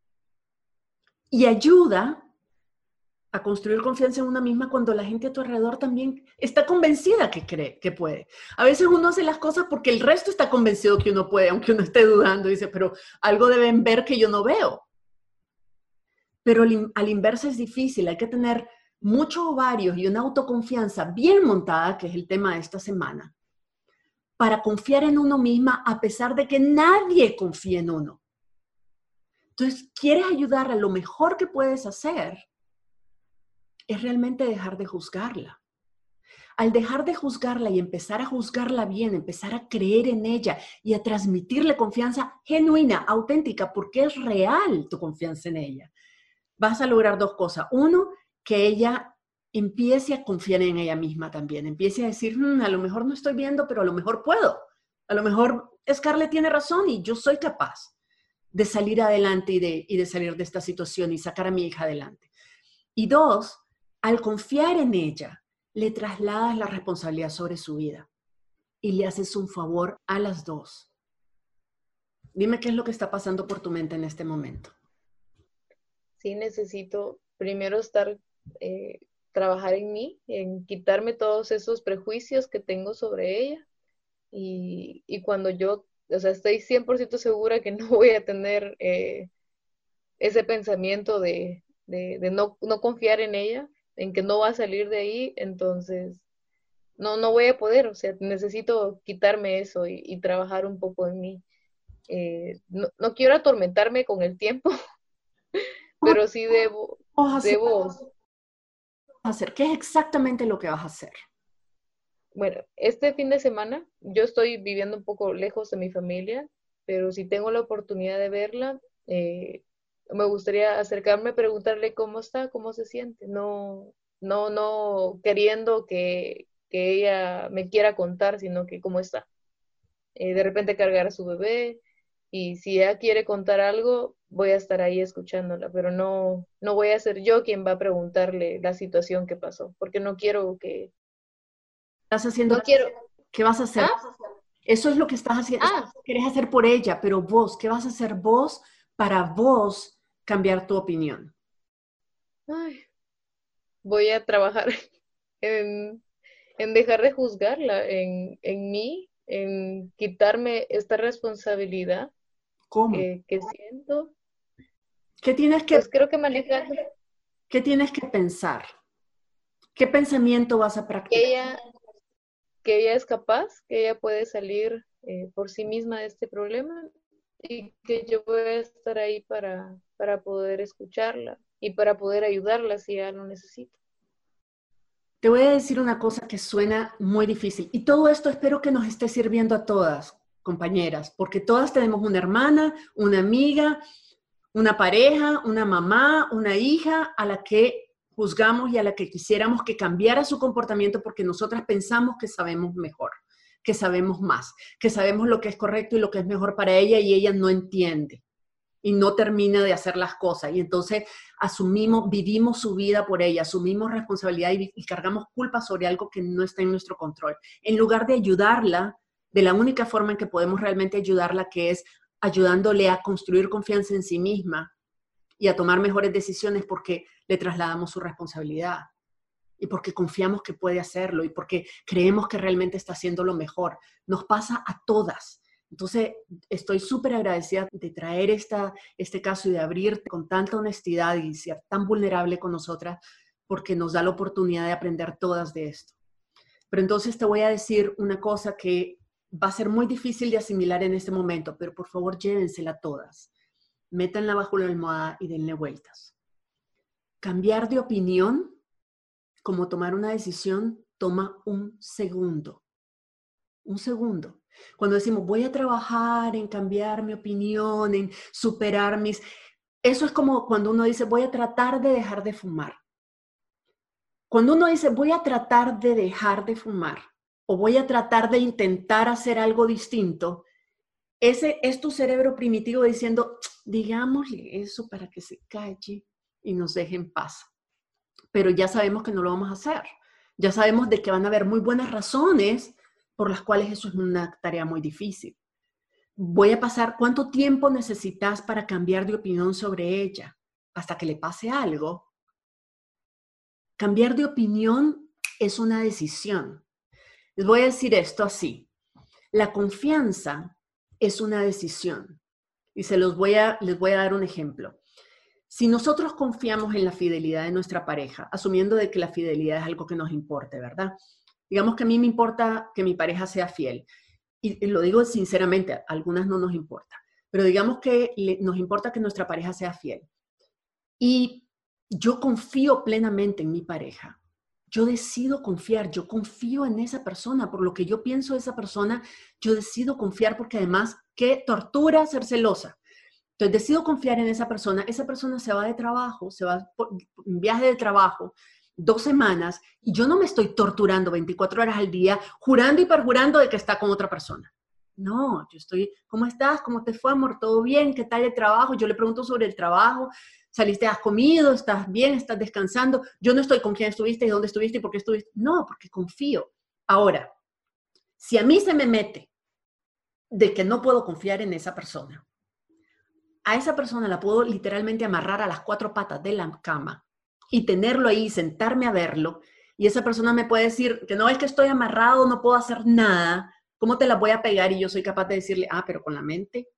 Y ayuda a construir confianza en una misma cuando la gente a tu alrededor también está convencida que cree que puede. A veces uno hace las cosas porque el resto está convencido que uno puede, aunque uno esté dudando, dice, pero algo deben ver que yo no veo. Pero al inverso es difícil, hay que tener muchos ovarios y una autoconfianza bien montada, que es el tema de esta semana, para confiar en uno misma a pesar de que nadie confíe en uno. Entonces, quieres ayudarla, lo mejor que puedes hacer es realmente dejar de juzgarla. Al dejar de juzgarla y empezar a juzgarla bien, empezar a creer en ella y a transmitirle confianza genuina, auténtica, porque es real tu confianza en ella, vas a lograr dos cosas. Uno, que ella empiece a confiar en ella misma también, empiece a decir, a lo mejor no estoy viendo, pero a lo mejor puedo. A lo mejor Scarlett tiene razón y yo soy capaz de salir adelante y de salir de esta situación y sacar a mi hija adelante. Y dos, al confiar en ella, le trasladas la responsabilidad sobre su vida y le haces un favor a las dos. Dime qué es lo que está pasando por tu mente en este momento. Sí, necesito primero trabajar en mí, en quitarme todos esos prejuicios que tengo sobre ella. Y cuando yo, o sea, estoy 100% segura que no voy a tener ese pensamiento de no confiar en ella, en que no va a salir de ahí, entonces no voy a poder, o sea, necesito quitarme eso y trabajar un poco en mí. No quiero atormentarme con el tiempo, pero sí debo, Hacer? ¿Qué es exactamente lo que vas a hacer? bueno, este fin de semana yo estoy viviendo un poco lejos de mi familia, pero si tengo la oportunidad de verla, me gustaría acercarme a preguntarle cómo está, cómo se siente, no queriendo que ella me quiera contar, sino que cómo está. De repente cargar a su bebé y si ella quiere contar algo, voy a estar ahí escuchándola, pero no voy a ser yo quien va a preguntarle la situación que pasó, porque no quiero que, ¿Estás haciendo? no quiero, ¿Qué vas a hacer? ¿ah? Eso es lo que estás haciendo, Ah, querés hacer por ella, pero vos, ¿qué vas a hacer vos para vos cambiar tu opinión? ay, voy a trabajar en, en dejar de juzgarla, en mí, en quitarme esta responsabilidad ¿Cómo? que siento, ¿Qué tienes pues creo que manejando qué tienes que pensar? ¿Qué pensamiento vas a que practicar? que ella es capaz, que ella puede salir por sí misma de este problema y que yo voy a estar ahí para poder escucharla y para poder ayudarla si ella lo necesita. Te voy a decir una cosa que suena muy difícil y todo esto espero que nos esté sirviendo a todas, compañeras, porque todas tenemos una hermana, una amiga, una pareja, una mamá, una hija a la que juzgamos y a la que quisiéramos que cambiara su comportamiento porque nosotras pensamos que sabemos mejor, que sabemos más, que sabemos lo que es correcto y lo que es mejor para ella y ella no entiende y no termina de hacer las cosas. Y entonces vivimos su vida por ella, asumimos responsabilidad y cargamos culpa sobre algo que no está en nuestro control. En lugar de ayudarla, de la única forma en que podemos realmente ayudarla, que es ayudándole a construir confianza en sí misma y a tomar mejores decisiones porque le trasladamos su responsabilidad y porque confiamos que puede hacerlo y porque creemos que realmente está haciendo lo mejor. Nos pasa a todas. Entonces, estoy súper agradecida de traer este caso y de abrirte con tanta honestidad y ser tan vulnerable con nosotras porque nos da la oportunidad de aprender todas de esto. Pero entonces te voy a decir una cosa que va a ser muy difícil de asimilar en este momento, pero por favor llévensela todas. Métanla bajo la almohada y denle vueltas. Cambiar de opinión, como tomar una decisión, toma un segundo. Un segundo. Cuando decimos, voy a trabajar en cambiar mi opinión, en superar mis... Eso es como cuando uno dice, voy a tratar de dejar de fumar. Cuando uno dice, voy a tratar de dejar de fumar o voy a tratar de intentar hacer algo distinto, ese es tu cerebro primitivo diciendo, digámosle eso para que se calle y nos deje en paz. Pero ya sabemos que no lo vamos a hacer. Ya sabemos de que van a haber muy buenas razones por las cuales eso es una tarea muy difícil. Voy a pasar, ¿cuánto tiempo necesitas para cambiar de opinión sobre ella? Hasta que le pase algo. Cambiar de opinión es una decisión. Les voy a decir esto así. La confianza es una decisión. Y les voy a dar un ejemplo. Si nosotros confiamos en la fidelidad de nuestra pareja, asumiendo de que la fidelidad es algo que nos importe, ¿verdad? Digamos que a mí me importa que mi pareja sea fiel. Y lo digo sinceramente, a algunas no nos importa. Pero digamos que nos importa que nuestra pareja sea fiel. Y yo confío plenamente en mi pareja. Yo decido confiar, yo confío en esa persona, por lo que yo pienso de esa persona, yo decido confiar porque además, qué tortura ser celosa. Entonces decido confiar en esa persona se va de trabajo, se va en viaje de trabajo 2 semanas y yo no me estoy torturando 24 horas al día, jurando y perjurando de que está con otra persona. No, yo estoy, ¿cómo estás? ¿Cómo te fue, amor? ¿Todo bien? ¿Qué tal el trabajo? Yo le pregunto sobre el trabajo. ¿Saliste, has comido? ¿Estás bien? ¿Estás descansando? Yo no estoy con quién estuviste y dónde estuviste y por qué estuviste. No, porque confío. Ahora, si a mí se me mete de que no puedo confiar en esa persona, a esa persona la puedo literalmente amarrar a las 4 patas de la cama y tenerlo ahí, sentarme a verlo, y esa persona me puede decir que no, es que estoy amarrado, no puedo hacer nada, ¿cómo te la voy a pegar? Y yo soy capaz de decirle, pero con la mente.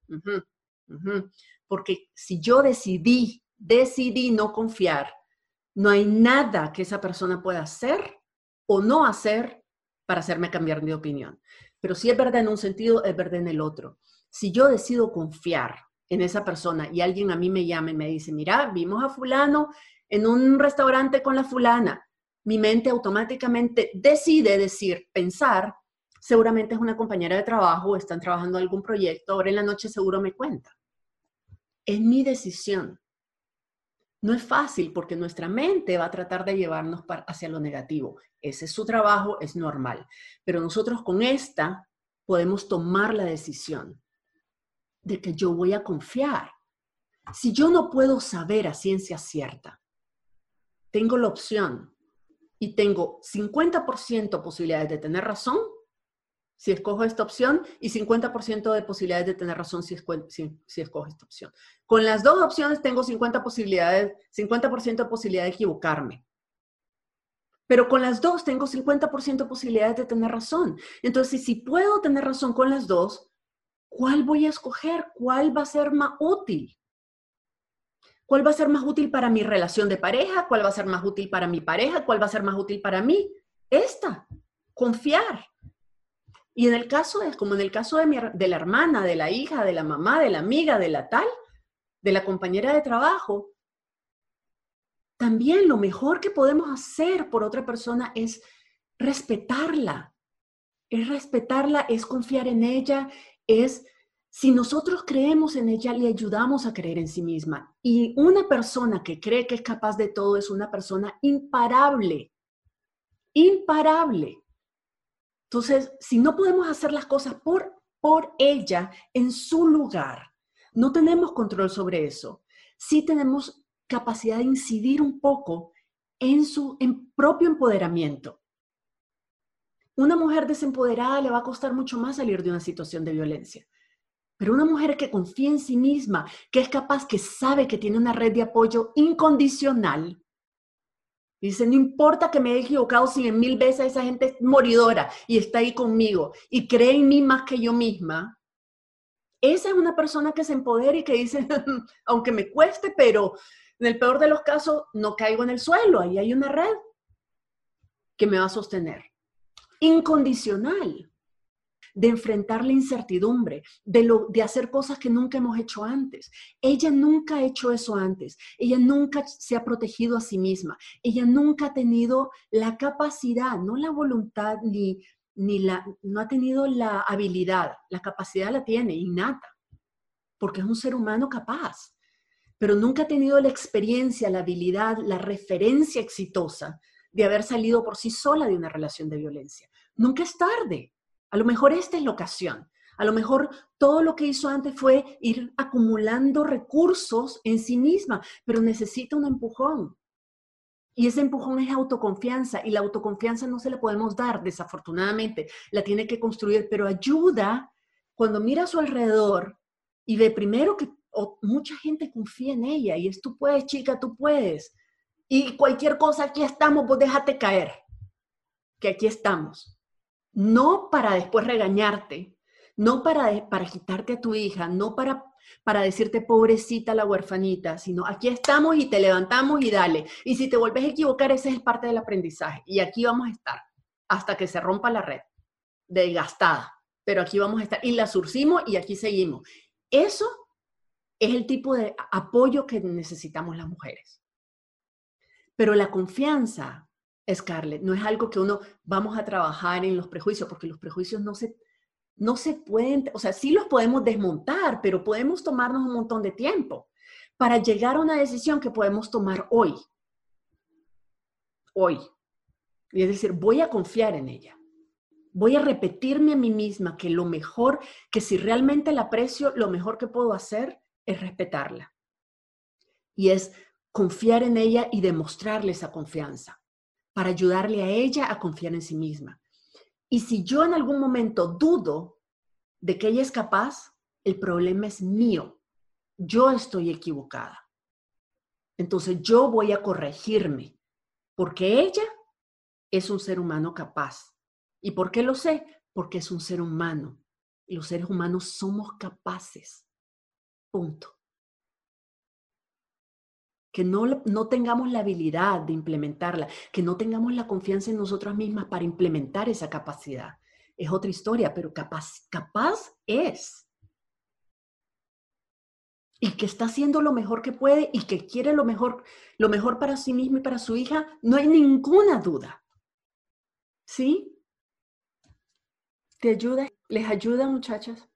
Porque si yo decidí no confiar, no hay nada que esa persona pueda hacer o no hacer para hacerme cambiar de opinión. Pero si es verdad en un sentido, es verdad en el otro. Si yo decido confiar en esa persona y alguien a mí me llama y me dice, mira, vimos a fulano en un restaurante con la fulana, mi mente automáticamente decide pensar, seguramente es una compañera de trabajo, están trabajando en algún proyecto, ahora en la noche seguro me cuenta. Es mi decisión. No es fácil porque nuestra mente va a tratar de llevarnos hacia lo negativo. Ese es su trabajo, es normal. Pero nosotros con esta podemos tomar la decisión de que yo voy a confiar. Si yo no puedo saber a ciencia cierta, tengo la opción y tengo 50% posibilidades de tener razón si escojo esta opción y 50% de posibilidades de tener razón si escojo esta opción. Con las dos opciones tengo 50% de posibilidad de equivocarme. Pero con las dos tengo 50% de posibilidades de tener razón. Entonces, si puedo tener razón con las dos, ¿cuál voy a escoger? ¿Cuál va a ser más útil? ¿Cuál va a ser más útil para mi relación de pareja? ¿Cuál va a ser más útil para mi pareja? ¿Cuál va a ser más útil para mí? Confiar. Y en el caso como en el caso de la hermana, de la hija, de la mamá, de la amiga, de la tal, de la compañera de trabajo, también lo mejor que podemos hacer por otra persona es respetarla. Es confiar en ella, si nosotros creemos en ella, le ayudamos a creer en sí misma. Y una persona que cree que es capaz de todo es una persona imparable. Imparable. Entonces, si no podemos hacer las cosas por ella en su lugar, no tenemos control sobre eso. Sí tenemos capacidad de incidir un poco en su propio empoderamiento. Una mujer desempoderada le va a costar mucho más salir de una situación de violencia. Pero una mujer que confía en sí misma, que es capaz, que sabe que tiene una red de apoyo incondicional, dice, no importa que me haya equivocado 100,000 veces, esa gente es moridora y está ahí conmigo y cree en mí más que yo misma. Esa es una persona que se empodera y que dice, aunque me cueste, pero en el peor de los casos no caigo en el suelo, ahí hay una red que me va a sostener. Incondicional, de enfrentar la incertidumbre, de hacer cosas que nunca hemos hecho antes. Ella nunca ha hecho eso antes. Ella nunca se ha protegido a sí misma. Ella nunca ha tenido la capacidad, no la voluntad, no ha tenido la habilidad. La capacidad la tiene, innata, porque es un ser humano capaz. Pero nunca ha tenido la experiencia, la habilidad, la referencia exitosa de haber salido por sí sola de una relación de violencia. Nunca es tarde. A lo mejor esta es la ocasión. A lo mejor todo lo que hizo antes fue ir acumulando recursos en sí misma, pero necesita un empujón. Y ese empujón es autoconfianza, y la autoconfianza no se la podemos dar, desafortunadamente. La tiene que construir, pero ayuda cuando mira a su alrededor y ve primero que mucha gente confía en ella y tú puedes, chica, tú puedes. Y cualquier cosa, aquí estamos, vos déjate caer, que aquí estamos. No para después regañarte, no para quitarte a tu hija, no para decirte pobrecita la huerfanita, sino aquí estamos y te levantamos y dale. Y si te vuelves a equivocar, ese es parte del aprendizaje. Y aquí vamos a estar hasta que se rompa la red, desgastada. Pero aquí vamos a estar y la surcimos y aquí seguimos. Eso es el tipo de apoyo que necesitamos las mujeres. Pero la confianza, Scarlett, no es algo que vamos a trabajar en los prejuicios, porque los prejuicios no se pueden, o sea, sí los podemos desmontar, pero podemos tomarnos un montón de tiempo para llegar a una decisión que podemos tomar hoy. Hoy. Y es decir, voy a confiar en ella. Voy a repetirme a mí misma que lo mejor, que si realmente la aprecio, lo mejor que puedo hacer es respetarla. Y es confiar en ella y demostrarle esa confianza para ayudarle a ella a confiar en sí misma. Y si yo en algún momento dudo de que ella es capaz, el problema es mío. Yo estoy equivocada. Entonces yo voy a corregirme porque ella es un ser humano capaz. ¿Y por qué lo sé? Porque es un ser humano. Y los seres humanos somos capaces. Punto. Que no tengamos la habilidad de implementarla, que no tengamos la confianza en nosotras mismas para implementar esa capacidad. Es otra historia, pero capaz es. Y que está haciendo lo mejor que puede y que quiere lo mejor para sí misma y para su hija, no hay ninguna duda. ¿Sí? ¿Te ayuda? ¿Les ayuda, muchachas?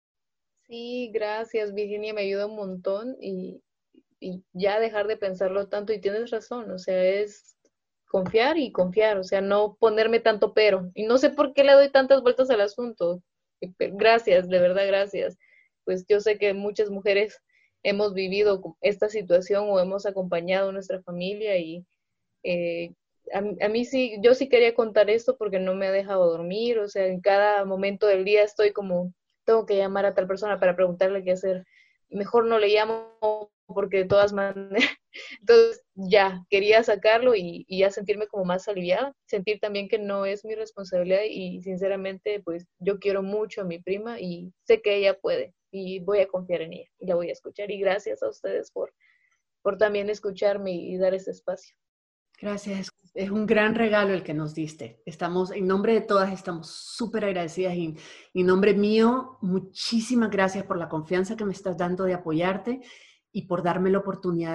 Sí, gracias, Virginia, me ayuda un montón y ya dejar de pensarlo tanto. Y tienes razón, o sea, es confiar y confiar, o sea, no ponerme tanto pero. Y no sé por qué le doy tantas vueltas al asunto. Gracias, de verdad, gracias. Pues yo sé que muchas mujeres hemos vivido esta situación o hemos acompañado a nuestra familia y eh, a mí sí, yo sí quería contar esto porque no me ha dejado dormir, o sea, en cada momento del día estoy como, tengo que llamar a tal persona para preguntarle qué hacer. Mejor no le llamo porque de todas maneras, entonces ya, quería sacarlo y ya sentirme como más aliviada, sentir también que no es mi responsabilidad y sinceramente pues yo quiero mucho a mi prima y sé que ella puede y voy a confiar en ella y la voy a escuchar y gracias a ustedes por también escucharme y dar ese espacio. Gracias. Es un gran regalo el que nos diste. Estamos, en nombre de todas, estamos súper agradecidas y en nombre mío, muchísimas gracias por la confianza que me estás dando de apoyarte y por darme la oportunidad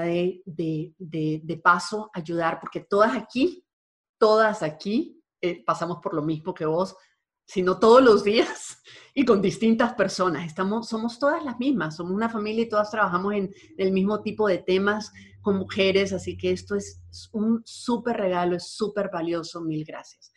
de paso ayudar, porque todas aquí pasamos por lo mismo que vos, sino todos los días y con distintas personas. Somos todas las mismas, somos una familia y todas trabajamos en el mismo tipo de temas con mujeres, así que esto es un súper regalo, es súper valioso. Mil gracias.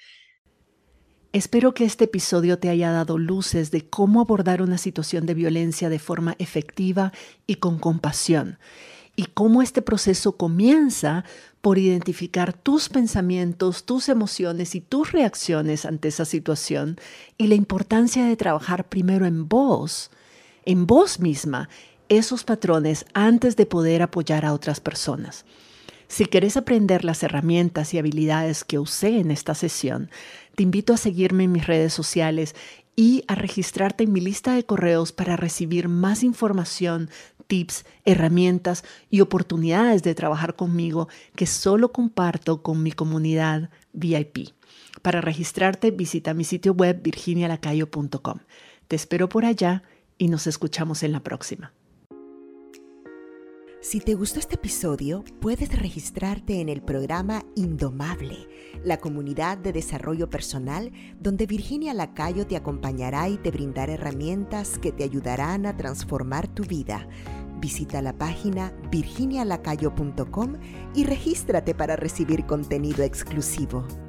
Espero que este episodio te haya dado luces de cómo abordar una situación de violencia de forma efectiva y con compasión, y cómo este proceso comienza por identificar tus pensamientos, tus emociones y tus reacciones ante esa situación, y la importancia de trabajar primero en vos misma, esos patrones antes de poder apoyar a otras personas. Si quieres aprender las herramientas y habilidades que usé en esta sesión, te invito a seguirme en mis redes sociales y a registrarte en mi lista de correos para recibir más información, tips, herramientas y oportunidades de trabajar conmigo que solo comparto con mi comunidad VIP. Para registrarte, visita mi sitio web virginialacayo.com. Te espero por allá y nos escuchamos en la próxima. Si te gustó este episodio, puedes registrarte en el programa Indomable, la comunidad de desarrollo personal donde Virginia Lacayo te acompañará y te brindará herramientas que te ayudarán a transformar tu vida. Visita la página virginialacayo.com y regístrate para recibir contenido exclusivo.